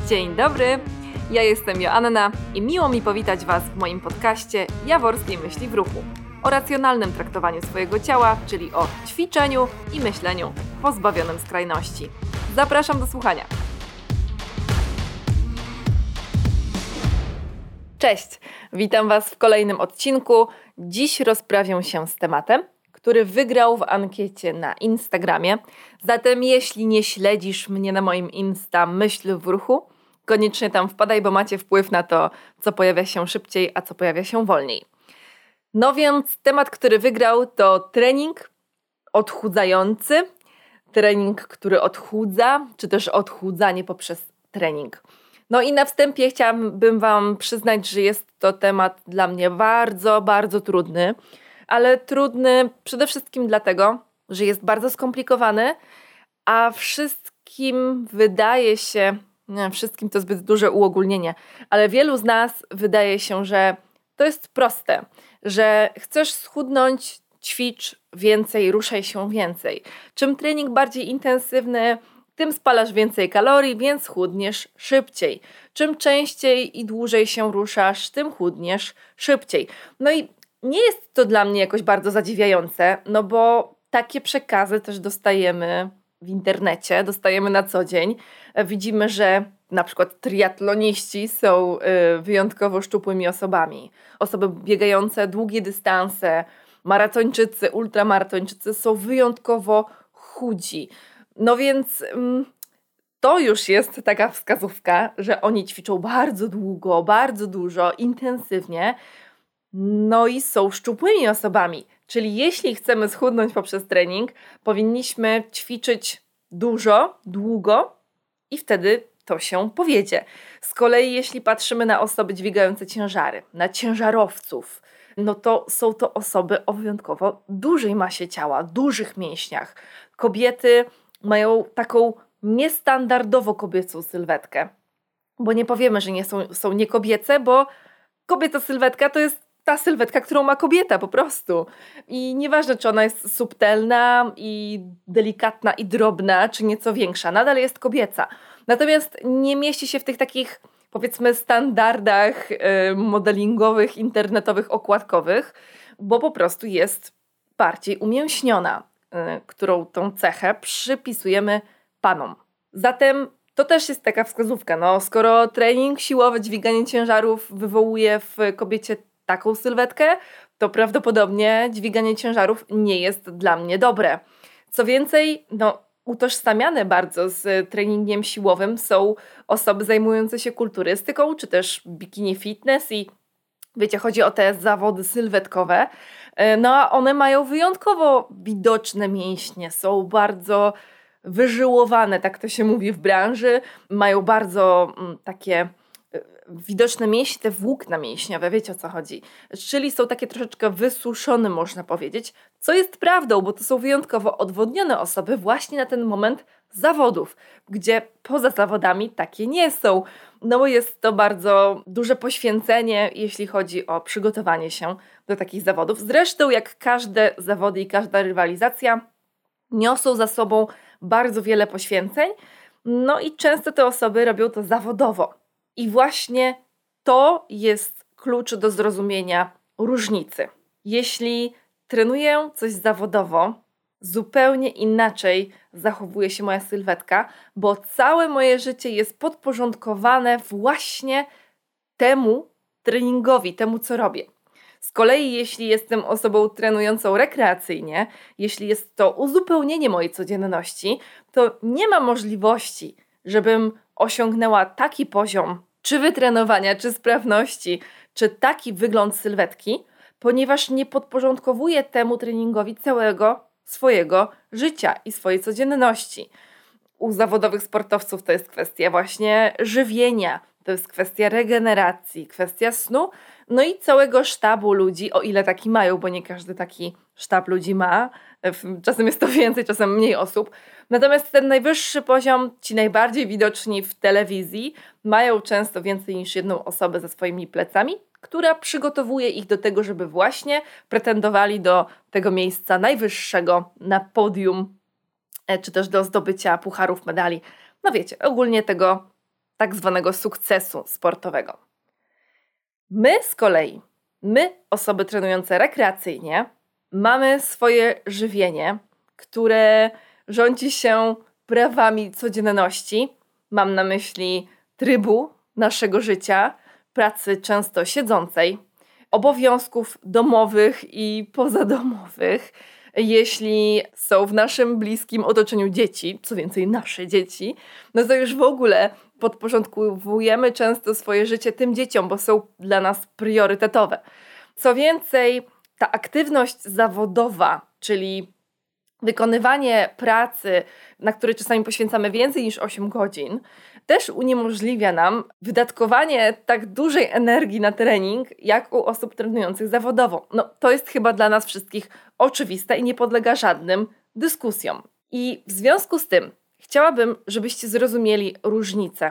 Dzień dobry, ja jestem Joanna i miło mi powitać Was w moim podcaście Jaworskiej Myśli w Ruchu o racjonalnym traktowaniu swojego ciała, czyli o ćwiczeniu i myśleniu pozbawionym skrajności. Zapraszam do słuchania. Cześć, witam Was w kolejnym odcinku. Dziś rozprawię się z tematem, który wygrał w ankiecie na Instagramie. Zatem jeśli nie śledzisz mnie na moim Insta Myśl w Ruchu, koniecznie tam wpadaj, bo macie wpływ na to, co pojawia się szybciej, a co pojawia się wolniej. No więc temat, który wygrał, to trening odchudzający, trening, który odchudza, czy też odchudzanie poprzez trening. No i na wstępie chciałabym Wam przyznać, że jest to temat dla mnie bardzo, bardzo trudny, ale trudny przede wszystkim dlatego, że jest bardzo skomplikowany, a wszystkim wydaje się, nie, wszystkim to zbyt duże uogólnienie, ale wielu z nas wydaje się, że to jest proste, że chcesz schudnąć, ćwicz więcej, ruszaj się więcej. Czym trening bardziej intensywny, tym spalasz więcej kalorii, więc chudniesz szybciej. Czym częściej i dłużej się ruszasz, tym chudniesz szybciej. No i nie jest to dla mnie jakoś bardzo zadziwiające, no bo takie przekazy też dostajemy w internecie, dostajemy na co dzień. Widzimy, że na przykład triatloniści są wyjątkowo szczupłymi osobami. Osoby biegające długie dystanse, maratończycy, ultramaratończycy są wyjątkowo chudzi. No więc to już jest taka wskazówka, że oni ćwiczą bardzo długo, bardzo dużo, intensywnie, no i są szczupłymi osobami. Czyli jeśli chcemy schudnąć poprzez trening, powinniśmy ćwiczyć dużo, długo i wtedy to się powiedzie. Z kolei jeśli patrzymy na osoby dźwigające ciężary, na ciężarowców, no to są to osoby o wyjątkowo dużej masie ciała, dużych mięśniach. Kobiety mają taką niestandardowo kobiecą sylwetkę. Bo nie powiemy, że są niekobiece, bo kobieca sylwetka to jest ta sylwetka, którą ma kobieta po prostu. I nieważne, czy ona jest subtelna i delikatna i drobna, czy nieco większa, nadal jest kobieca. Natomiast nie mieści się w tych takich, powiedzmy, standardach modelingowych, internetowych, okładkowych, bo po prostu jest bardziej umięśniona, którą tą cechę przypisujemy panom. Zatem to też jest taka wskazówka. No, skoro trening siłowy, dźwiganie ciężarów wywołuje w kobiecie taką sylwetkę, to prawdopodobnie dźwiganie ciężarów nie jest dla mnie dobre. Co więcej, utożsamiane bardzo z treningiem siłowym są osoby zajmujące się kulturystyką, czy też bikini fitness i wiecie, chodzi o te zawody sylwetkowe. No a one mają wyjątkowo widoczne mięśnie, są bardzo wyżyłowane, tak to się mówi w branży, mają bardzo takie widoczne mięśnie, te włókna mięśniowe, wiecie o co chodzi. Czyli są takie troszeczkę wysuszone, można powiedzieć, co jest prawdą, bo to są wyjątkowo odwodnione osoby właśnie na ten moment zawodów, gdzie poza zawodami takie nie są. No bo jest to bardzo duże poświęcenie, jeśli chodzi o przygotowanie się do takich zawodów. Zresztą jak każde zawody i każda rywalizacja niosą za sobą bardzo wiele poświęceń, no i często te osoby robią to zawodowo. I właśnie to jest klucz do zrozumienia różnicy. Jeśli trenuję coś zawodowo, zupełnie inaczej zachowuje się moja sylwetka, bo całe moje życie jest podporządkowane właśnie temu treningowi, temu co robię. Z kolei jeśli jestem osobą trenującą rekreacyjnie, jeśli jest to uzupełnienie mojej codzienności, to nie ma możliwości, żebym osiągnęła taki poziom czy wytrenowania, czy sprawności, czy taki wygląd sylwetki, ponieważ nie podporządkowuję temu treningowi całego swojego życia i swojej codzienności. U zawodowych sportowców to jest kwestia właśnie żywienia, to jest kwestia regeneracji, kwestia snu, no i całego sztabu ludzi, o ile taki mają, bo nie każdy taki sztab ludzi ma, czasem jest to więcej, czasem mniej osób. Natomiast ten najwyższy poziom, ci najbardziej widoczni w telewizji, mają często więcej niż jedną osobę za swoimi plecami, która przygotowuje ich do tego, żeby właśnie pretendowali do tego miejsca najwyższego na podium, czy też do zdobycia pucharów, medali. No wiecie, ogólnie tego tak zwanego sukcesu sportowego. My z kolei, osoby trenujące rekreacyjnie, mamy swoje żywienie, które rządzi się prawami codzienności. Mam na myśli trybu naszego życia, pracy często siedzącej, obowiązków domowych i pozadomowych. Jeśli są w naszym bliskim otoczeniu dzieci, co więcej nasze dzieci, no to już w ogóle podporządkowujemy często swoje życie tym dzieciom, bo są dla nas priorytetowe. Co więcej, ta aktywność zawodowa, czyli wykonywanie pracy, na której czasami poświęcamy więcej niż 8 godzin, też uniemożliwia nam wydatkowanie tak dużej energii na trening, jak u osób trenujących zawodowo. No, to jest chyba dla nas wszystkich oczywiste i nie podlega żadnym dyskusjom. I w związku z tym chciałabym, żebyście zrozumieli różnicę.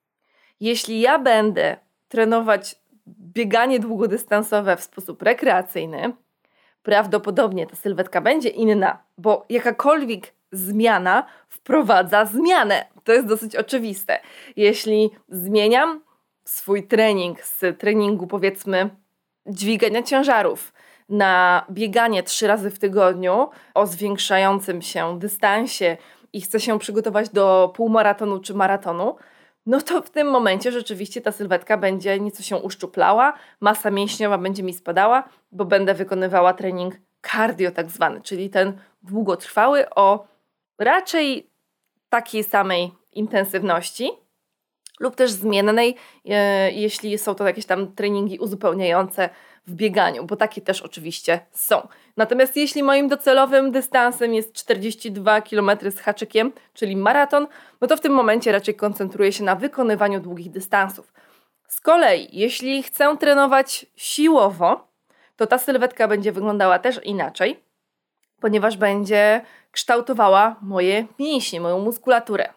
Jeśli ja będę trenować bieganie długodystansowe w sposób rekreacyjny, prawdopodobnie ta sylwetka będzie inna, bo jakakolwiek zmiana wprowadza zmianę. To jest dosyć oczywiste. Jeśli zmieniam swój trening z treningu, powiedzmy, dźwigania ciężarów na bieganie 3 razy w tygodniu o zwiększającym się dystansie i chcę się przygotować do półmaratonu czy maratonu, no to w tym momencie rzeczywiście ta sylwetka będzie nieco się uszczuplała, masa mięśniowa będzie mi spadała, bo będę wykonywała trening cardio tak zwany, czyli ten długotrwały o raczej takiej samej intensywności lub też zmiennej, jeśli są to jakieś tam treningi uzupełniające w bieganiu, bo takie też oczywiście są. Natomiast jeśli moim docelowym dystansem jest 42 km z haczykiem, czyli maraton, no to w tym momencie raczej koncentruję się na wykonywaniu długich dystansów. Z kolei, jeśli chcę trenować siłowo, to ta sylwetka będzie wyglądała też inaczej, ponieważ będzie kształtowała moje mięśnie, moją muskulaturę.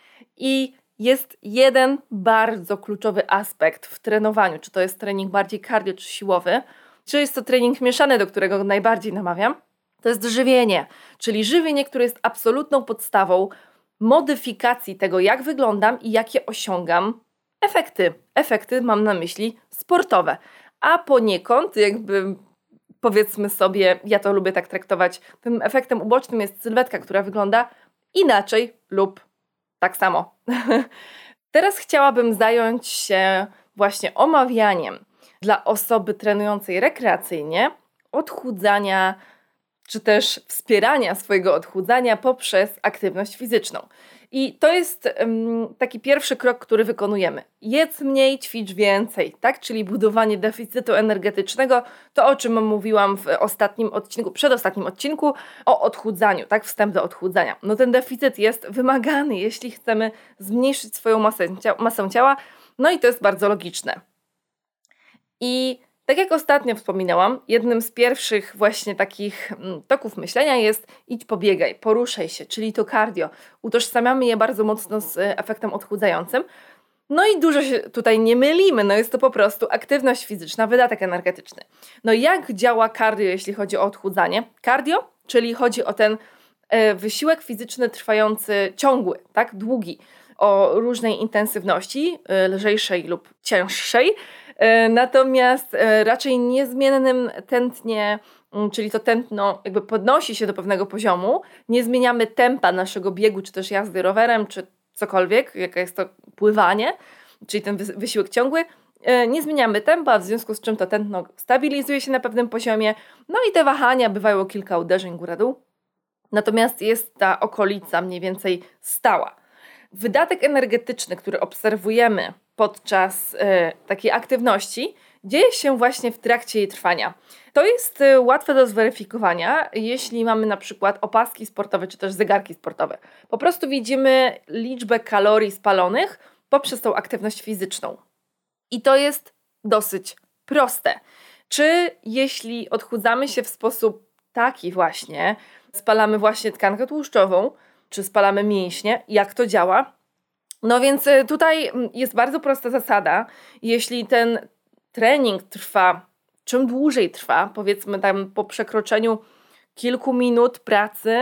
I jest jeden bardzo kluczowy aspekt w trenowaniu, czy to jest trening bardziej cardio czy siłowy, czy jest to trening mieszany, do którego najbardziej namawiam, to jest żywienie, czyli żywienie, które jest absolutną podstawą modyfikacji tego, jak wyglądam i jakie osiągam efekty. Efekty mam na myśli sportowe, a poniekąd jakby powiedzmy sobie, ja to lubię tak traktować, tym efektem ubocznym jest sylwetka, która wygląda inaczej lub tak samo. Teraz chciałabym zająć się właśnie omawianiem dla osoby trenującej rekreacyjnie odchudzania, czy też wspierania swojego odchudzania poprzez aktywność fizyczną. I to jest taki pierwszy krok, który wykonujemy. Jedz mniej, ćwicz więcej, tak? Czyli budowanie deficytu energetycznego, to o czym mówiłam w ostatnim odcinku, przedostatnim odcinku o odchudzaniu, tak? Wstęp do odchudzania. No ten deficyt jest wymagany, jeśli chcemy zmniejszyć swoją masę ciała, no i to jest bardzo logiczne. I tak jak ostatnio wspominałam, jednym z pierwszych właśnie takich toków myślenia jest idź pobiegaj, poruszaj się, czyli to cardio. Utożsamiamy je bardzo mocno z efektem odchudzającym. No i dużo się tutaj nie mylimy, no jest to po prostu aktywność fizyczna, wydatek energetyczny. No jak działa cardio, jeśli chodzi o odchudzanie? Cardio, czyli chodzi o ten wysiłek fizyczny trwający ciągły, tak, długi, o różnej intensywności, lżejszej lub cięższej. Natomiast raczej niezmiennym tętnie, czyli to tętno jakby podnosi się do pewnego poziomu, nie zmieniamy tempa naszego biegu, czy też jazdy rowerem, czy cokolwiek, jaka jest to pływanie, czyli ten wysiłek ciągły, nie zmieniamy tempa, w związku z czym to tętno stabilizuje się na pewnym poziomie, no i te wahania bywają kilka uderzeń góra-dół, natomiast jest ta okolica mniej więcej stała. Wydatek energetyczny, który obserwujemy podczas takiej aktywności, dzieje się właśnie w trakcie jej trwania. To jest łatwe do zweryfikowania, jeśli mamy na przykład opaski sportowe czy też zegarki sportowe. Po prostu widzimy liczbę kalorii spalonych poprzez tą aktywność fizyczną. I to jest dosyć proste. Czy jeśli odchudzamy się w sposób taki właśnie, spalamy właśnie tkankę tłuszczową, czy spalamy mięśnie, jak to działa? No więc tutaj jest bardzo prosta zasada. Jeśli ten trening trwa, czym dłużej trwa, powiedzmy tam po przekroczeniu kilku minut pracy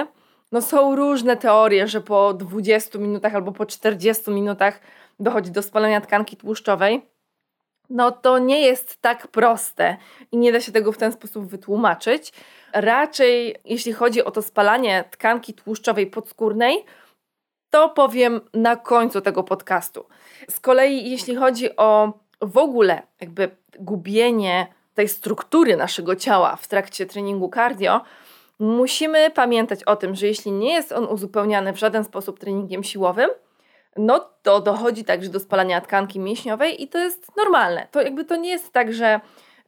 No są różne teorie, że po 20 minutach albo po 40 minutach dochodzi do spalania tkanki tłuszczowej. No to nie jest tak proste i nie da się tego w ten sposób wytłumaczyć. Raczej jeśli chodzi o to spalanie tkanki tłuszczowej podskórnej, to powiem na końcu tego podcastu. Z kolei jeśli chodzi o w ogóle jakby gubienie tej struktury naszego ciała w trakcie treningu cardio, musimy pamiętać o tym, że jeśli nie jest on uzupełniany w żaden sposób treningiem siłowym, no to dochodzi także do spalania tkanki mięśniowej i to jest normalne. To nie jest tak, że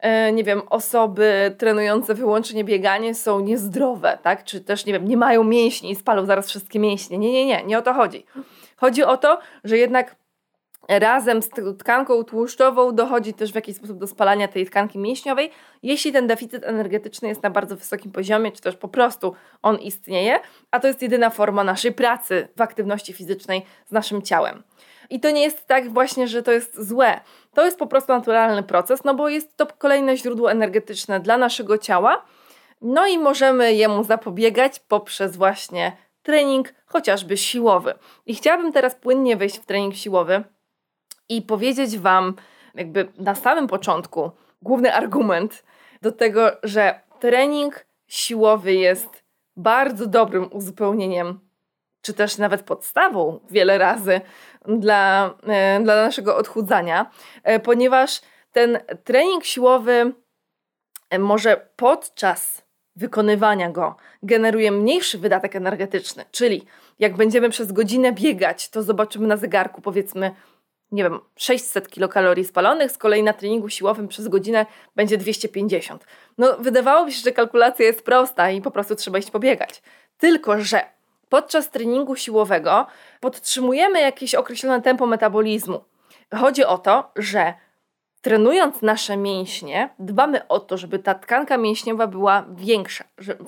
osoby trenujące wyłącznie bieganie są niezdrowe, tak? Czy też, nie mają mięśni i spalą zaraz wszystkie mięśnie. Nie o to chodzi. Chodzi o to, że jednak razem z tą tkanką tłuszczową dochodzi też w jakiś sposób do spalania tej tkanki mięśniowej, jeśli ten deficyt energetyczny jest na bardzo wysokim poziomie, czy też po prostu on istnieje, a to jest jedyna forma naszej pracy w aktywności fizycznej z naszym ciałem. I to nie jest tak właśnie, że to jest złe. To jest po prostu naturalny proces, no bo jest to kolejne źródło energetyczne dla naszego ciała, no i możemy jemu zapobiegać poprzez właśnie trening chociażby siłowy. I chciałabym teraz płynnie wejść w trening siłowy i powiedzieć Wam jakby na samym początku główny argument do tego, że trening siłowy jest bardzo dobrym uzupełnieniem, czy też nawet podstawą wiele razy dla naszego odchudzania, ponieważ ten trening siłowy może podczas wykonywania go generuje mniejszy wydatek energetyczny, czyli jak będziemy przez godzinę biegać, to zobaczymy na zegarku powiedzmy 600 kilokalorii spalonych, z kolei na treningu siłowym przez godzinę będzie 250. No wydawałoby się, że kalkulacja jest prosta i po prostu trzeba iść pobiegać. Tylko że podczas treningu siłowego podtrzymujemy jakieś określone tempo metabolizmu. Chodzi o to, że trenując nasze mięśnie, dbamy o to, żeby ta tkanka mięśniowa była większa,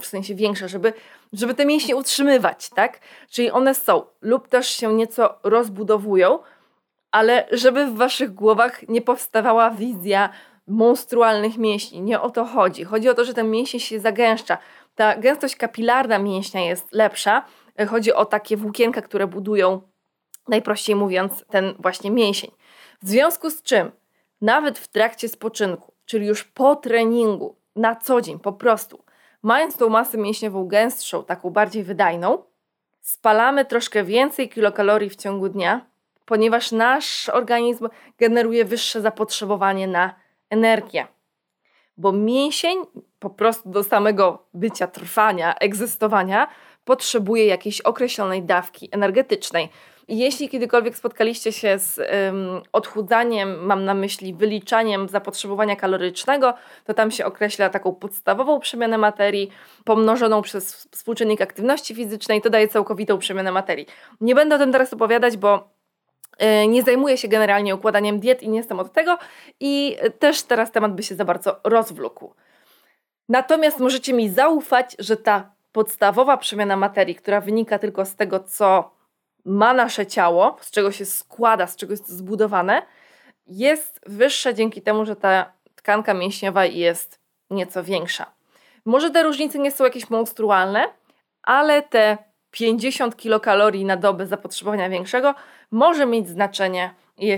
żeby te mięśnie utrzymywać, tak? Czyli one są lub też się nieco rozbudowują, ale żeby w waszych głowach nie powstawała wizja monstrualnych mięśni. Nie o to chodzi. Chodzi o to, że ten mięsień się zagęszcza. Ta gęstość kapilarna mięśnia jest lepsza. Chodzi o takie włókienka, które budują, najprościej mówiąc, ten właśnie mięsień. W związku z czym nawet w trakcie spoczynku, czyli już po treningu, na co dzień po prostu, mając tą masę mięśniową gęstszą, taką bardziej wydajną, spalamy troszkę więcej kilokalorii w ciągu dnia, ponieważ nasz organizm generuje wyższe zapotrzebowanie na energię. Bo mięsień po prostu do samego bycia, trwania, egzystowania potrzebuje jakiejś określonej dawki energetycznej. I jeśli kiedykolwiek spotkaliście się z odchudzaniem, mam na myśli wyliczaniem zapotrzebowania kalorycznego, to tam się określa taką podstawową przemianę materii pomnożoną przez współczynnik aktywności fizycznej, to daje całkowitą przemianę materii. Nie będę o tym teraz opowiadać, bo nie zajmuję się generalnie układaniem diet i nie jestem od tego i też teraz temat by się za bardzo rozwlókł. Natomiast możecie mi zaufać, że ta podstawowa przemiana materii, która wynika tylko z tego, co ma nasze ciało, z czego się składa, z czego jest zbudowane, jest wyższa dzięki temu, że ta tkanka mięśniowa jest nieco większa. Może te różnice nie są jakieś monstrualne, ale te 50 kilokalorii na dobę zapotrzebowania większego może mieć znaczenie,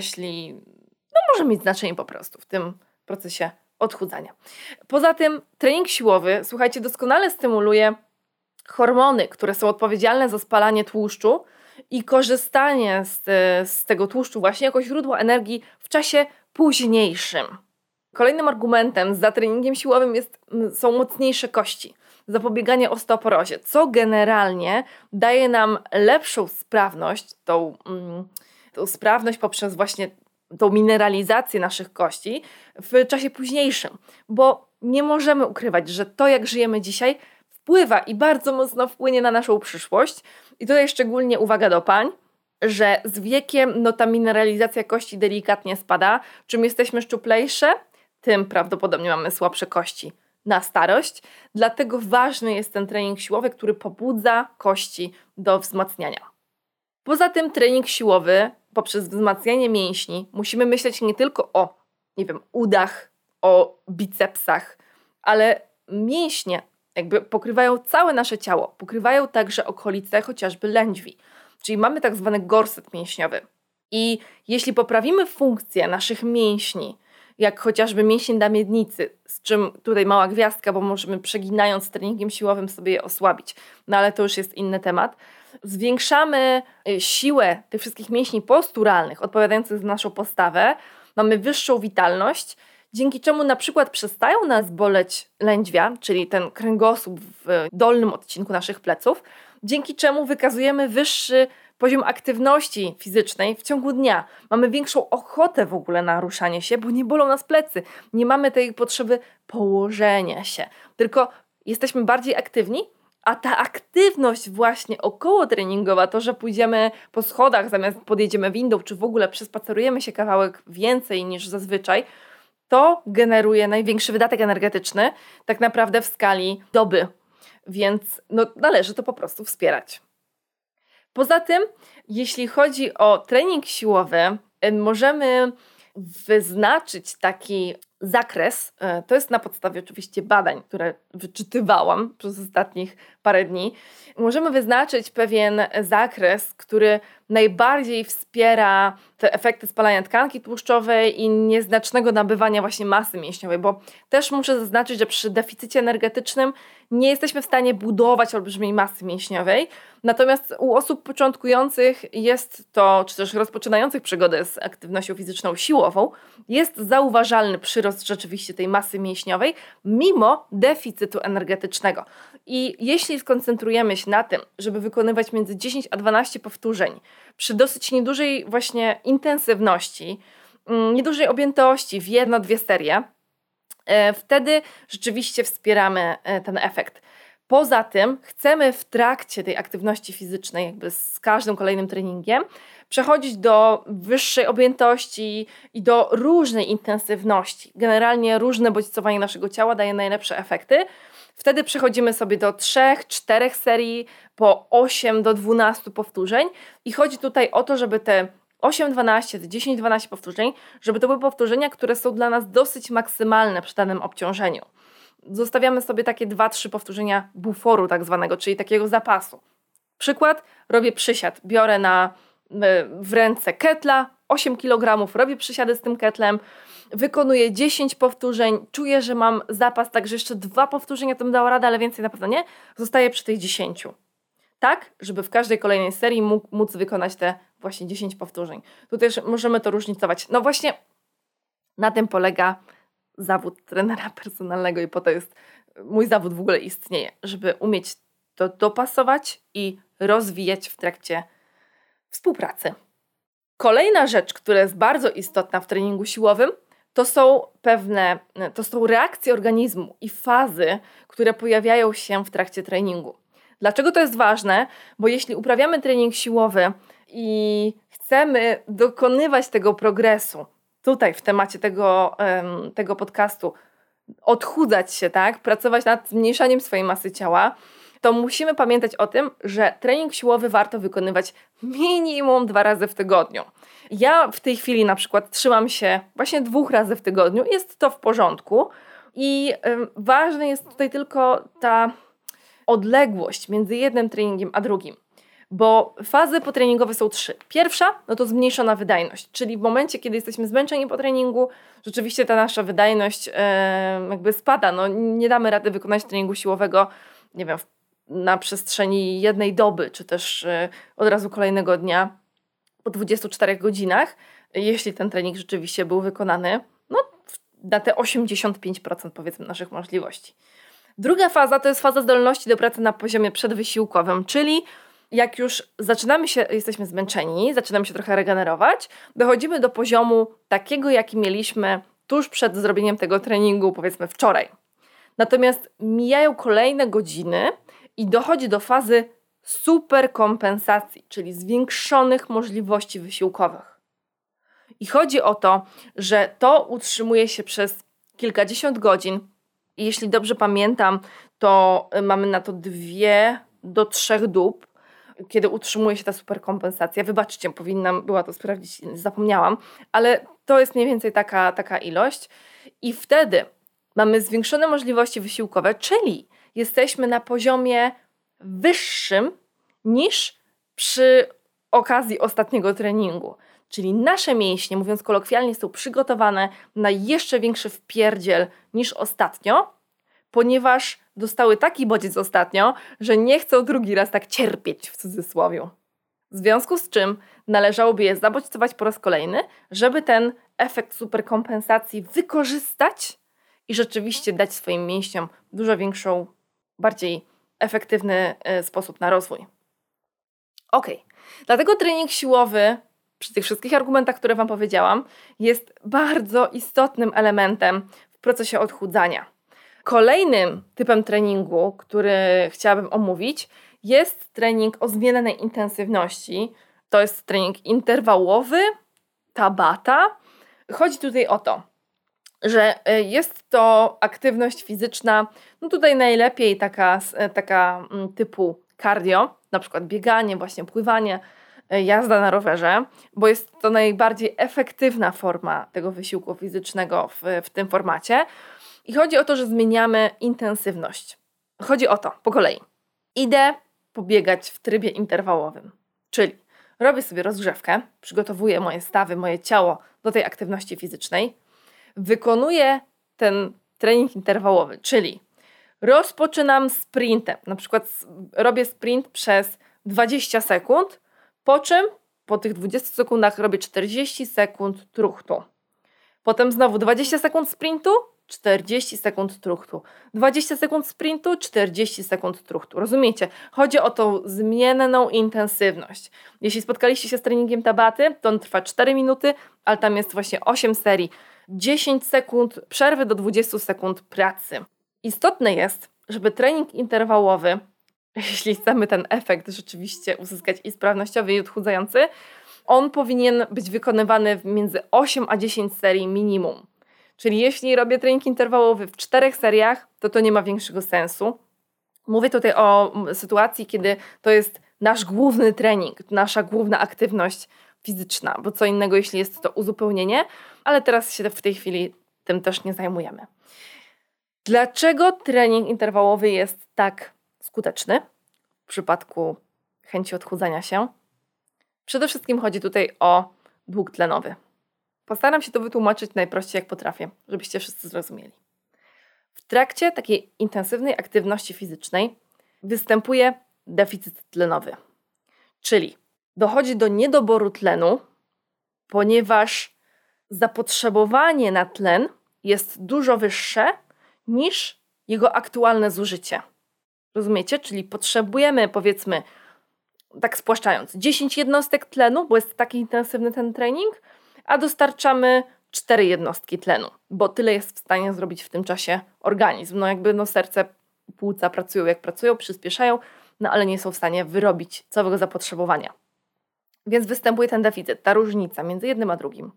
może mieć znaczenie po prostu w tym procesie odchudzania. Poza tym trening siłowy, słuchajcie, doskonale stymuluje hormony, które są odpowiedzialne za spalanie tłuszczu i korzystanie z tego tłuszczu właśnie jako źródła energii w czasie późniejszym. Kolejnym argumentem za treningiem siłowym są mocniejsze kości, zapobieganie osteoporozie, co generalnie daje nam lepszą sprawność, tą sprawność poprzez właśnie tą mineralizację naszych kości w czasie późniejszym, bo nie możemy ukrywać, że to jak żyjemy dzisiaj wpływa i bardzo mocno wpłynie na naszą przyszłość. I tutaj szczególnie uwaga do pań, że z wiekiem ta mineralizacja kości delikatnie spada. Czym jesteśmy szczuplejsze, tym prawdopodobnie mamy słabsze kości na starość. Dlatego ważny jest ten trening siłowy, który pobudza kości do wzmacniania. Poza tym trening siłowy poprzez wzmacnianie mięśni musimy myśleć nie tylko o udach, o bicepsach, ale mięśnie jakby pokrywają całe nasze ciało, pokrywają także okolice chociażby lędźwi, czyli mamy tak zwany gorset mięśniowy. I jeśli poprawimy funkcję naszych mięśni, jak chociażby mięsień na miednicy, z czym tutaj mała gwiazdka, bo możemy przeginając treningiem siłowym sobie je osłabić, no ale to już jest inny temat. Zwiększamy siłę tych wszystkich mięśni posturalnych odpowiadających za naszą postawę, mamy wyższą witalność, dzięki czemu na przykład przestają nas boleć lędźwia, czyli ten kręgosłup w dolnym odcinku naszych pleców, dzięki czemu wykazujemy wyższy poziom aktywności fizycznej w ciągu dnia. Mamy większą ochotę w ogóle na ruszanie się, bo nie bolą nas plecy. Nie mamy tej potrzeby położenia się, tylko jesteśmy bardziej aktywni, a ta aktywność właśnie okołotreningowa, to, że pójdziemy po schodach zamiast podjedziemy windą, czy w ogóle przespacerujemy się kawałek więcej niż zazwyczaj, to generuje największy wydatek energetyczny tak naprawdę w skali doby, więc należy to po prostu wspierać. Poza tym, jeśli chodzi o trening siłowy, możemy wyznaczyć taki zakres, to jest na podstawie oczywiście badań, które wyczytywałam przez ostatnich parę dni, możemy wyznaczyć pewien zakres, który najbardziej wspiera te efekty spalania tkanki tłuszczowej i nieznacznego nabywania właśnie masy mięśniowej, bo też muszę zaznaczyć, że przy deficycie energetycznym nie jesteśmy w stanie budować olbrzymiej masy mięśniowej, natomiast u osób początkujących jest to, czy też rozpoczynających przygodę z aktywnością fizyczną siłową, jest zauważalny przyrost rzeczywiście tej masy mięśniowej, mimo deficytu energetycznego. I jeśli skoncentrujemy się na tym, żeby wykonywać między 10 a 12 powtórzeń przy dosyć niedużej właśnie intensywności, niedużej objętości w 1-2 serie, wtedy rzeczywiście wspieramy ten efekt. Poza tym chcemy w trakcie tej aktywności fizycznej, jakby z każdym kolejnym treningiem, przechodzić do wyższej objętości i do różnej intensywności. Generalnie różne bodźcowanie naszego ciała daje najlepsze efekty. Wtedy przechodzimy sobie do 3-4 serii po 8 do 12 powtórzeń i chodzi tutaj o to, żeby te 8-12, 10-12 powtórzeń, żeby to były powtórzenia, które są dla nas dosyć maksymalne przy danym obciążeniu. Zostawiamy sobie takie 2-3 powtórzenia buforu tak zwanego, czyli takiego zapasu. Przykład, robię przysiad, biorę w ręce ketla, 8 kg, robię przysiady z tym ketlem, wykonuję 10 powtórzeń, czuję, że mam zapas, także jeszcze 2 powtórzenia to bym dała radę, ale więcej na pewno nie, zostaję przy tych 10. Tak, żeby w każdej kolejnej serii móc wykonać te właśnie 10 powtórzeń. Tu też możemy to różnicować. No właśnie na tym polega zawód trenera personalnego i po to jest mój zawód w ogóle istnieje, żeby umieć to dopasować i rozwijać w trakcie współpracy. Kolejna rzecz, która jest bardzo istotna w treningu siłowym, to są reakcje organizmu i fazy, które pojawiają się w trakcie treningu. Dlaczego to jest ważne? Bo jeśli uprawiamy trening siłowy i chcemy dokonywać tego progresu, tutaj w temacie tego podcastu, odchudzać się, tak, pracować nad zmniejszaniem swojej masy ciała, to musimy pamiętać o tym, że trening siłowy warto wykonywać minimum 2 razy w tygodniu. Ja w tej chwili na przykład trzymam się właśnie 2 razy w tygodniu, jest to w porządku i ważna jest tutaj tylko ta odległość między jednym treningiem a drugim. Bo fazy potreningowe są 3. Pierwsza, to zmniejszona wydajność, czyli w momencie, kiedy jesteśmy zmęczeni po treningu, rzeczywiście ta nasza wydajność jakby spada. Nie damy rady wykonać treningu siłowego, nie wiem, na przestrzeni jednej doby, czy też od razu kolejnego dnia po 24 godzinach, jeśli ten trening rzeczywiście był wykonany, na te 85% powiedzmy naszych możliwości. Druga faza to jest faza zdolności do pracy na poziomie przedwysiłkowym, czyli jak już jesteśmy zmęczeni, zaczynamy się trochę regenerować, dochodzimy do poziomu takiego, jaki mieliśmy tuż przed zrobieniem tego treningu, powiedzmy wczoraj. Natomiast mijają kolejne godziny i dochodzi do fazy superkompensacji, czyli zwiększonych możliwości wysiłkowych. I chodzi o to, że to utrzymuje się przez kilkadziesiąt godzin. I jeśli dobrze pamiętam, to mamy na to 2 do 3 dób, kiedy utrzymuje się ta superkompensacja. Wybaczcie, była to sprawdzić, zapomniałam, ale to jest mniej więcej taka ilość. I wtedy mamy zwiększone możliwości wysiłkowe, czyli jesteśmy na poziomie wyższym niż przy okazji ostatniego treningu. Czyli nasze mięśnie, mówiąc kolokwialnie, są przygotowane na jeszcze większy wpierdziel niż ostatnio, ponieważ dostały taki bodziec ostatnio, że nie chcą drugi raz tak cierpieć w cudzysłowie. W związku z czym należałoby je zabodźcować po raz kolejny, żeby ten efekt superkompensacji wykorzystać i rzeczywiście dać swoim mięśniom dużo większą, bardziej efektywny sposób na rozwój. Dlatego trening siłowy, przy tych wszystkich argumentach, które Wam powiedziałam, jest bardzo istotnym elementem w procesie odchudzania. Kolejnym typem treningu, który chciałabym omówić, jest trening o zmiennej intensywności. To jest trening interwałowy, Tabata. Chodzi tutaj o to, że jest to aktywność fizyczna, tutaj najlepiej taka typu cardio, na przykład bieganie, właśnie pływanie, jazda na rowerze, bo jest to najbardziej efektywna forma tego wysiłku fizycznego w tym formacie. I chodzi o to, że zmieniamy intensywność. Chodzi o to, po kolei. Idę pobiegać w trybie interwałowym, czyli robię sobie rozgrzewkę, przygotowuję moje stawy, moje ciało do tej aktywności fizycznej, wykonuję ten trening interwałowy, czyli rozpoczynam sprintem, na przykład robię sprint przez 20 sekund, po czym po tych 20 sekundach robię 40 sekund truchtu. Potem znowu 20 sekund sprintu, 40 sekund truchtu. 20 sekund sprintu, 40 sekund truchtu. Rozumiecie? Chodzi o tą zmienną intensywność. Jeśli spotkaliście się z treningiem Tabaty, to on trwa 4 minuty, ale tam jest właśnie 8 serii. 10 sekund przerwy do 20 sekund pracy. Istotne jest, żeby trening interwałowy, jeśli chcemy ten efekt rzeczywiście uzyskać i sprawnościowy, i odchudzający, on powinien być wykonywany między 8 a 10 serii minimum. Czyli jeśli robię trening interwałowy w 4 seriach, to nie ma większego sensu. Mówię tutaj o sytuacji, kiedy to jest nasz główny trening, nasza główna aktywność fizyczna, bo co innego, jeśli jest to uzupełnienie, ale teraz się w tej chwili tym też nie zajmujemy. Dlaczego trening interwałowy jest tak skuteczny w przypadku chęci odchudzania się? Przede wszystkim chodzi tutaj o dług tlenowy. Postaram się to wytłumaczyć najprościej jak potrafię, żebyście wszyscy zrozumieli. W trakcie takiej intensywnej aktywności fizycznej występuje deficyt tlenowy. Czyli dochodzi do niedoboru tlenu, ponieważ zapotrzebowanie na tlen jest dużo wyższe niż jego aktualne zużycie. Rozumiecie? Czyli potrzebujemy, powiedzmy, tak spłaszczając, 10 jednostek tlenu, bo jest taki intensywny ten trening, a dostarczamy 4 jednostki tlenu, bo tyle jest w stanie zrobić w tym czasie organizm. Serce, płuca pracują jak pracują, przyspieszają, ale nie są w stanie wyrobić całego zapotrzebowania. Więc występuje ten deficyt, ta różnica między jednym a drugim.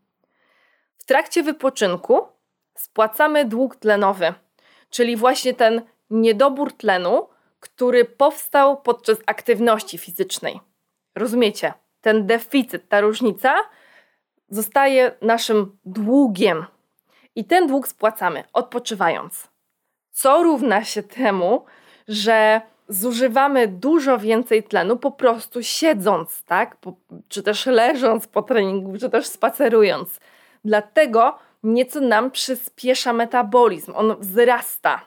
W trakcie wypoczynku spłacamy dług tlenowy, czyli właśnie ten niedobór tlenu, który powstał podczas aktywności fizycznej. Rozumiecie? Ten deficyt, ta różnica zostaje naszym długiem i ten dług spłacamy odpoczywając. Co równa się temu, że zużywamy dużo więcej tlenu po prostu siedząc, tak? Czy też leżąc po treningu, czy też spacerując. Dlatego nieco nam przyspiesza metabolizm, on wzrasta.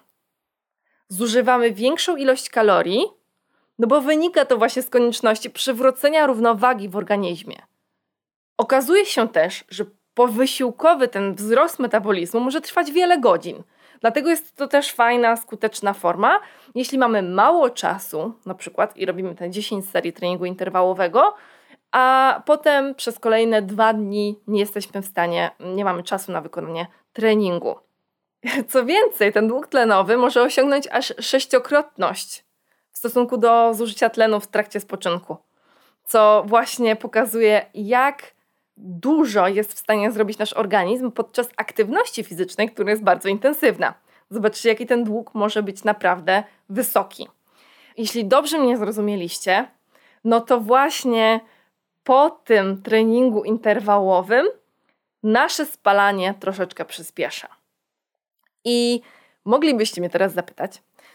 Zużywamy większą ilość kalorii, bo wynika to właśnie z konieczności przywrócenia równowagi w organizmie. Okazuje się też, że powysiłkowy ten wzrost metabolizmu może trwać wiele godzin. Dlatego jest to też fajna, skuteczna forma. Jeśli mamy mało czasu, na przykład i robimy te 10 serii treningu interwałowego, a potem przez kolejne 2 dni nie jesteśmy w stanie, nie mamy czasu na wykonanie treningu. Co więcej, ten dług tlenowy może osiągnąć aż 6-krotność w stosunku do zużycia tlenu w trakcie spoczynku, co właśnie pokazuje, jak dużo jest w stanie zrobić nasz organizm podczas aktywności fizycznej, która jest bardzo intensywna. Zobaczcie, jaki ten dług może być naprawdę wysoki. Jeśli dobrze mnie zrozumieliście, to właśnie po tym treningu interwałowym nasze spalanie troszeczkę przyspiesza. I moglibyście mnie teraz zapytać,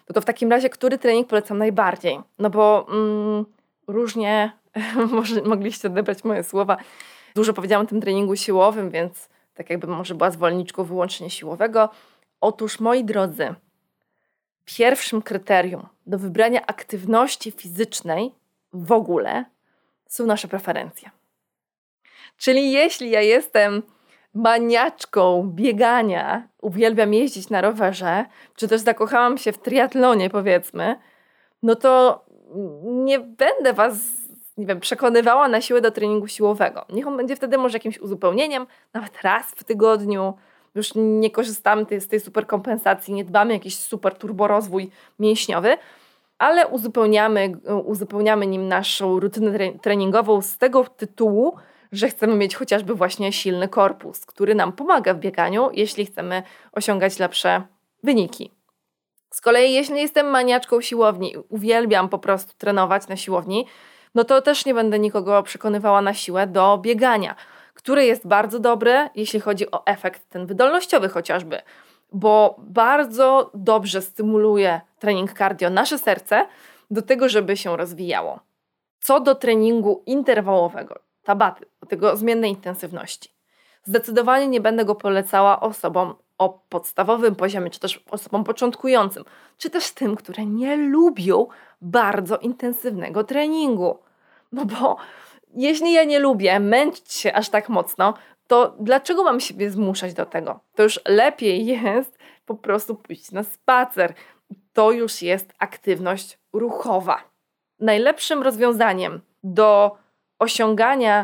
no to w takim razie, który trening polecam najbardziej? No bo różnie, może mogliście odebrać moje słowa, dużo powiedziałam o tym treningu siłowym, więc tak jakby może była zwolenniczką wyłącznie siłowego. Otóż, moi drodzy, pierwszym kryterium do wybrania aktywności fizycznej w ogóle są nasze preferencje. Czyli jeśli ja jestem maniaczką biegania, uwielbiam jeździć na rowerze, czy też zakochałam się w triatlonie, powiedzmy, no to nie będę was, nie wiem, przekonywała na siłę do treningu siłowego. Niech on będzie wtedy może jakimś uzupełnieniem, nawet raz w tygodniu. Już nie korzystamy z tej super kompensacji, nie dbamy o jakiś super turborozwój mięśniowy, ale uzupełniamy nim naszą rutynę treningową z tego tytułu, że chcemy mieć chociażby właśnie silny korpus, który nam pomaga w bieganiu, jeśli chcemy osiągać lepsze wyniki. Z kolei jeśli jestem maniaczką siłowni i uwielbiam po prostu trenować na siłowni, no to też nie będę nikogo przekonywała na siłę do biegania, który jest bardzo dobry, jeśli chodzi o efekt ten wydolnościowy chociażby, bo bardzo dobrze stymuluje trening cardio nasze serce do tego, żeby się rozwijało. Co do treningu interwałowego, tabaty, do tego zmiennej intensywności, zdecydowanie nie będę go polecała osobom o podstawowym poziomie, czy też osobom początkującym, czy też tym, które nie lubią bardzo intensywnego treningu. No bo jeśli ja nie lubię męczyć się aż tak mocno, to dlaczego mam siebie zmuszać do tego? To już lepiej jest po prostu pójść na spacer. To już jest aktywność ruchowa. Najlepszym rozwiązaniem do osiągania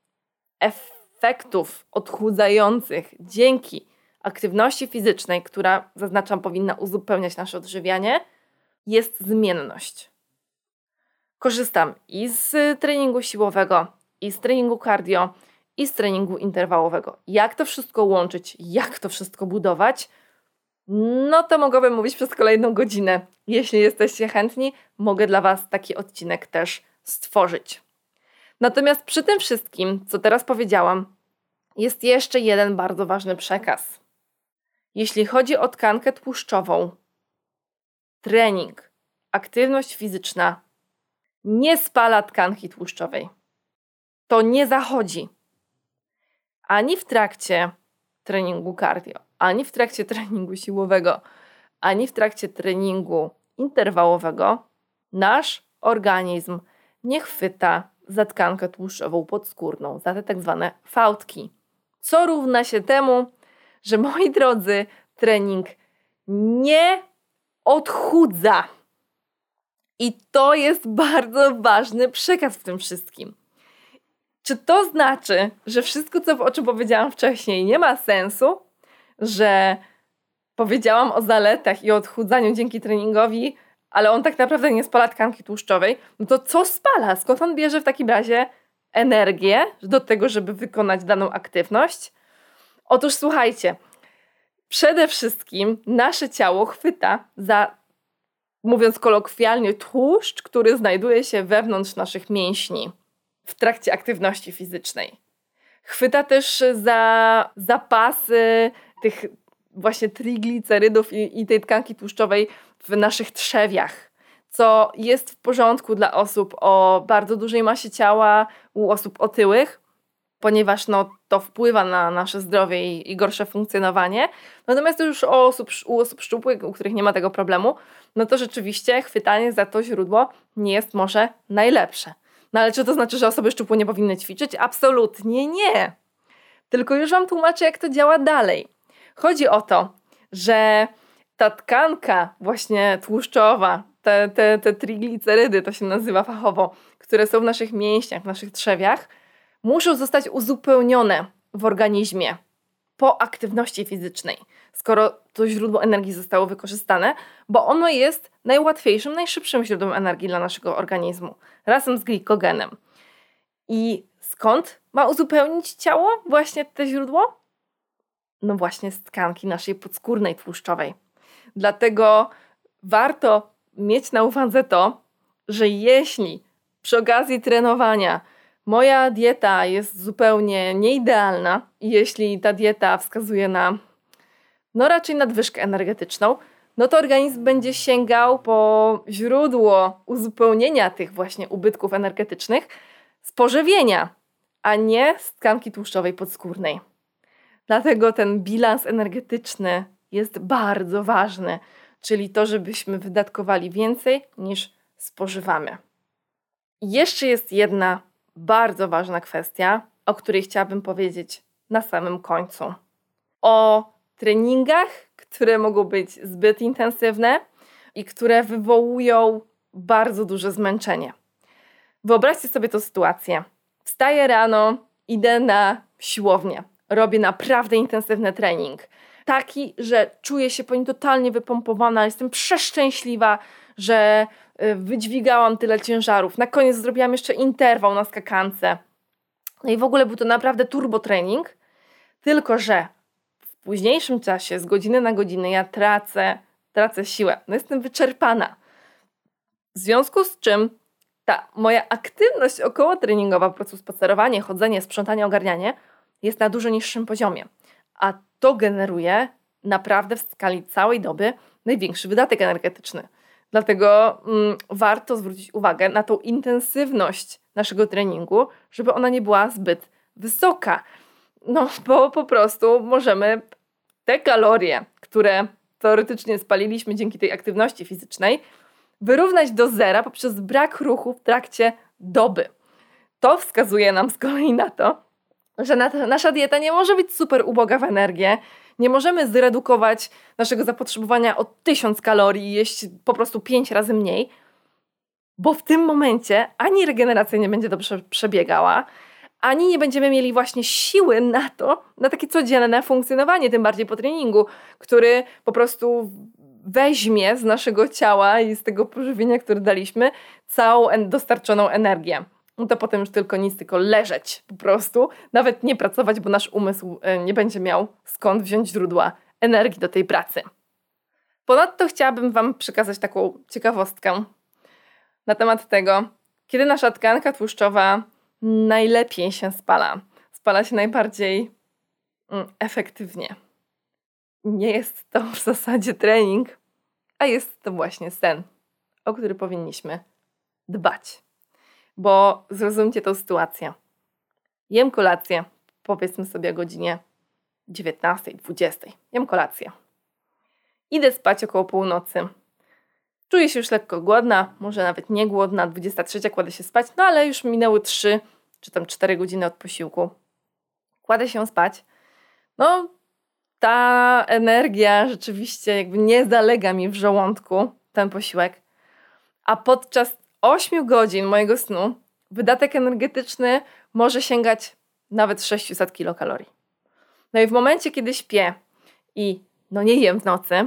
efektów odchudzających dzięki aktywności fizycznej, która, zaznaczam, powinna uzupełniać nasze odżywianie, jest zmienność. Korzystam i z treningu siłowego, i z treningu cardio, i z treningu interwałowego. Jak to wszystko łączyć, jak to wszystko budować? No to mogłabym mówić przez kolejną godzinę. Jeśli jesteście chętni, mogę dla was taki odcinek też stworzyć. Natomiast przy tym wszystkim, co teraz powiedziałam, jest jeszcze jeden bardzo ważny przekaz. Jeśli chodzi o tkankę tłuszczową, trening, aktywność fizyczna nie spala tkanki tłuszczowej. To nie zachodzi ani w trakcie treningu cardio, ani w trakcie treningu siłowego, ani w trakcie treningu interwałowego. Nasz organizm nie chwyta za tkankę tłuszczową podskórną, za te tak zwane fałdki. Co równa się temu, że, moi drodzy, trening nie odchudza. I to jest bardzo ważny przekaz w tym wszystkim. Czy to znaczy, że wszystko, o czym powiedziałam wcześniej, nie ma sensu? Że powiedziałam o zaletach i o odchudzaniu dzięki treningowi, ale on tak naprawdę nie spala tkanki tłuszczowej? No to co spala? Skąd on bierze w takim razie energię do tego, żeby wykonać daną aktywność? Otóż słuchajcie, przede wszystkim nasze ciało chwyta za, mówiąc kolokwialnie, tłuszcz, który znajduje się wewnątrz naszych mięśni w trakcie aktywności fizycznej. Chwyta też za zapasy tych właśnie triglicerydów i tej tkanki tłuszczowej w naszych trzewiach, co jest w porządku dla osób o bardzo dużej masie ciała, u osób otyłych, ponieważ to wpływa na nasze zdrowie i gorsze funkcjonowanie. Natomiast to już u osób szczupłych, u których nie ma tego problemu, no to rzeczywiście chwytanie za to źródło nie jest może najlepsze. No ale czy to znaczy, że osoby szczupłe nie powinny ćwiczyć? Absolutnie nie. Tylko już wam tłumaczę, jak to działa dalej. Chodzi o to, że ta tkanka właśnie tłuszczowa, te triglicerydy, to się nazywa fachowo, które są w naszych mięśniach, w naszych trzewiach, muszą zostać uzupełnione w organizmie po aktywności fizycznej, skoro to źródło energii zostało wykorzystane, bo ono jest najłatwiejszym, najszybszym źródłem energii dla naszego organizmu, razem z glikogenem. I skąd ma uzupełnić ciało właśnie to źródło? No właśnie z tkanki naszej podskórnej tłuszczowej. Dlatego warto mieć na uwadze to, że jeśli przy okazji trenowania moja dieta jest zupełnie nieidealna i jeśli ta dieta wskazuje na raczej nadwyżkę energetyczną, no to organizm będzie sięgał po źródło uzupełnienia tych właśnie ubytków energetycznych z pożywienia, a nie z tkanki tłuszczowej podskórnej. Dlatego ten bilans energetyczny jest bardzo ważny, czyli to, żebyśmy wydatkowali więcej niż spożywamy. Jeszcze jest jedna bardzo ważna kwestia, o której chciałabym powiedzieć na samym końcu. O treningach, które mogą być zbyt intensywne i które wywołują bardzo duże zmęczenie. Wyobraźcie sobie tę sytuację. Wstaję rano, idę na siłownię. Robię naprawdę intensywny trening. Taki, że czuję się po nim totalnie wypompowana. Jestem przeszczęśliwa, że wydźwigałam tyle ciężarów. Na koniec zrobiłam jeszcze interwał na skakance. No i w ogóle był to naprawdę turbo trening. Tylko że w późniejszym czasie, z godziny na godzinę, ja tracę siłę. No jestem wyczerpana. W związku z czym ta moja aktywność okołotreningowa, po prostu spacerowanie, chodzenie, sprzątanie, ogarnianie, jest na dużo niższym poziomie. A to generuje naprawdę w skali całej doby największy wydatek energetyczny. Dlatego warto zwrócić uwagę na tą intensywność naszego treningu, żeby ona nie była zbyt wysoka. No bo po prostu możemy te kalorie, które teoretycznie spaliliśmy dzięki tej aktywności fizycznej, wyrównać do zera poprzez brak ruchu w trakcie doby. To wskazuje nam z kolei na to, że nasza dieta nie może być super uboga w energię, nie możemy zredukować naszego zapotrzebowania o 1000 kalorii i jeść po prostu 5 razy mniej, bo w tym momencie ani regeneracja nie będzie dobrze przebiegała, ani nie będziemy mieli właśnie siły na takie codzienne funkcjonowanie, tym bardziej po treningu, który po prostu weźmie z naszego ciała i z tego pożywienia, które daliśmy, całą dostarczoną energię. No to potem już tylko leżeć po prostu, nawet nie pracować, bo nasz umysł nie będzie miał skąd wziąć źródła energii do tej pracy. Ponadto chciałabym Wam przekazać taką ciekawostkę na temat tego, kiedy nasza tkanka tłuszczowa najlepiej się spala. Spala się najbardziej efektywnie. Nie jest to w zasadzie trening, a jest to właśnie sen, o który powinniśmy dbać. Bo zrozumcie tę sytuację. Jem kolację, powiedzmy sobie o godzinie 19, 20. Jem kolację. Idę spać około północy. Czuję się już lekko głodna, może nawet nie głodna. 23 kładę się spać, no ale już minęły 3 czy tam 4 godziny od posiłku. Kładę się spać. No, ta energia rzeczywiście jakby nie zalega mi w żołądku, ten posiłek. A podczas 8 godzin mojego snu wydatek energetyczny może sięgać nawet 600 kilokalorii. No i w momencie, kiedy śpię i nie jem w nocy,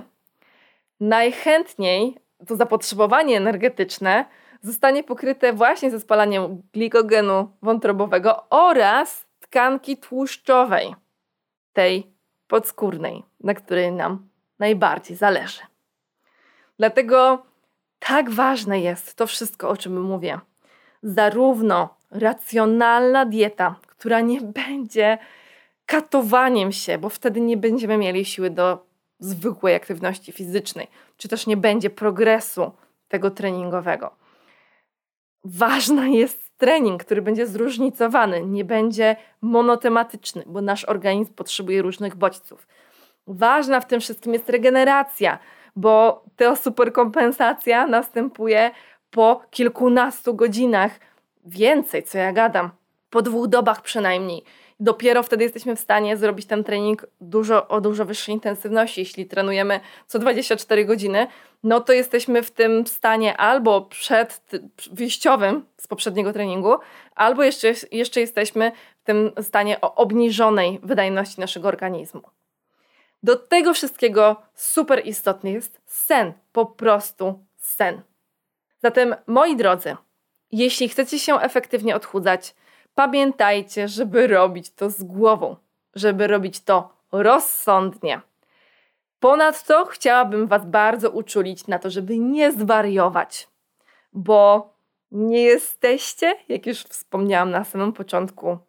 najchętniej to zapotrzebowanie energetyczne zostanie pokryte właśnie ze spalaniem glikogenu wątrobowego oraz tkanki tłuszczowej, tej podskórnej, na której nam najbardziej zależy. Dlatego tak ważne jest to wszystko, o czym mówię. Zarówno racjonalna dieta, która nie będzie katowaniem się, bo wtedy nie będziemy mieli siły do zwykłej aktywności fizycznej, czy też nie będzie progresu tego treningowego. Ważny jest trening, który będzie zróżnicowany, nie będzie monotematyczny, bo nasz organizm potrzebuje różnych bodźców. Ważna w tym wszystkim jest regeneracja, bo ta superkompensacja następuje po kilkunastu godzinach. Więcej, co ja gadam, po 2 dobach przynajmniej. Dopiero wtedy jesteśmy w stanie zrobić ten trening o dużo wyższej intensywności. Jeśli trenujemy co 24 godziny, no to jesteśmy w tym stanie albo wyjściowym z poprzedniego treningu, albo jeszcze jesteśmy w tym stanie o obniżonej wydajności naszego organizmu. Do tego wszystkiego super istotny jest sen, po prostu sen. Zatem, moi drodzy, jeśli chcecie się efektywnie odchudzać, pamiętajcie, żeby robić to z głową, żeby robić to rozsądnie. Ponadto chciałabym Was bardzo uczulić na to, żeby nie zwariować, bo nie jesteście, jak już wspomniałam na samym początku,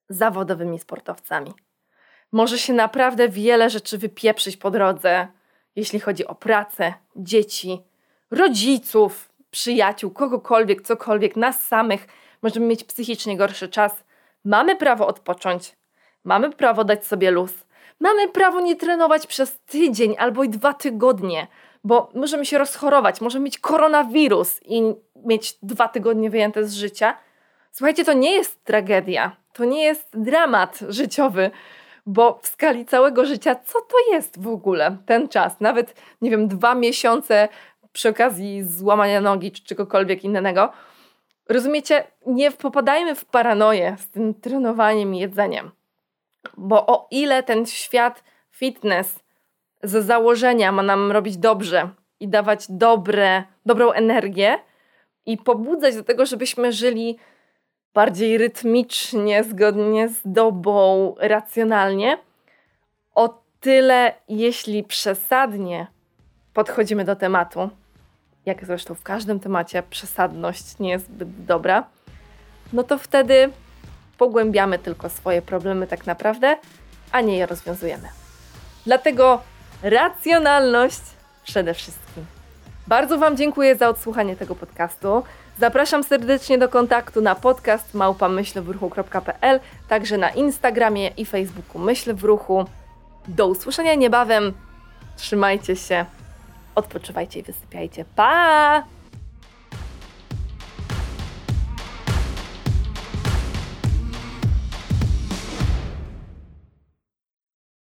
zawodowymi sportowcami. Może się naprawdę wiele rzeczy wypieprzyć po drodze, jeśli chodzi o pracę, dzieci, rodziców, przyjaciół, kogokolwiek, cokolwiek, nas samych, możemy mieć psychicznie gorszy czas. Mamy prawo odpocząć, mamy prawo dać sobie luz, mamy prawo nie trenować przez tydzień albo i 2 tygodnie, bo możemy się rozchorować, możemy mieć koronawirus i mieć 2 tygodnie wyjęte z życia. Słuchajcie, to nie jest tragedia, to nie jest dramat życiowy, bo w skali całego życia, co to jest w ogóle ten czas? Nawet, 2 miesiące przy okazji złamania nogi czy czegokolwiek innego. Rozumiecie? Nie popadajmy w paranoję z tym trenowaniem i jedzeniem. Bo o ile ten świat fitness ze założenia ma nam robić dobrze i dawać dobrą energię i pobudzać do tego, żebyśmy żyli bardziej rytmicznie, zgodnie z dobą, racjonalnie, o tyle jeśli przesadnie podchodzimy do tematu, jak zresztą w każdym temacie przesadność nie jest zbyt dobra, no to wtedy pogłębiamy tylko swoje problemy tak naprawdę, a nie je rozwiązujemy. Dlatego racjonalność przede wszystkim. Bardzo Wam dziękuję za odsłuchanie tego podcastu. Zapraszam serdecznie do kontaktu na podcast@myślwruchu.pl, także na Instagramie i Facebooku Myśl w Ruchu. Do usłyszenia niebawem. Trzymajcie się, odpoczywajcie i wysypiajcie. Pa!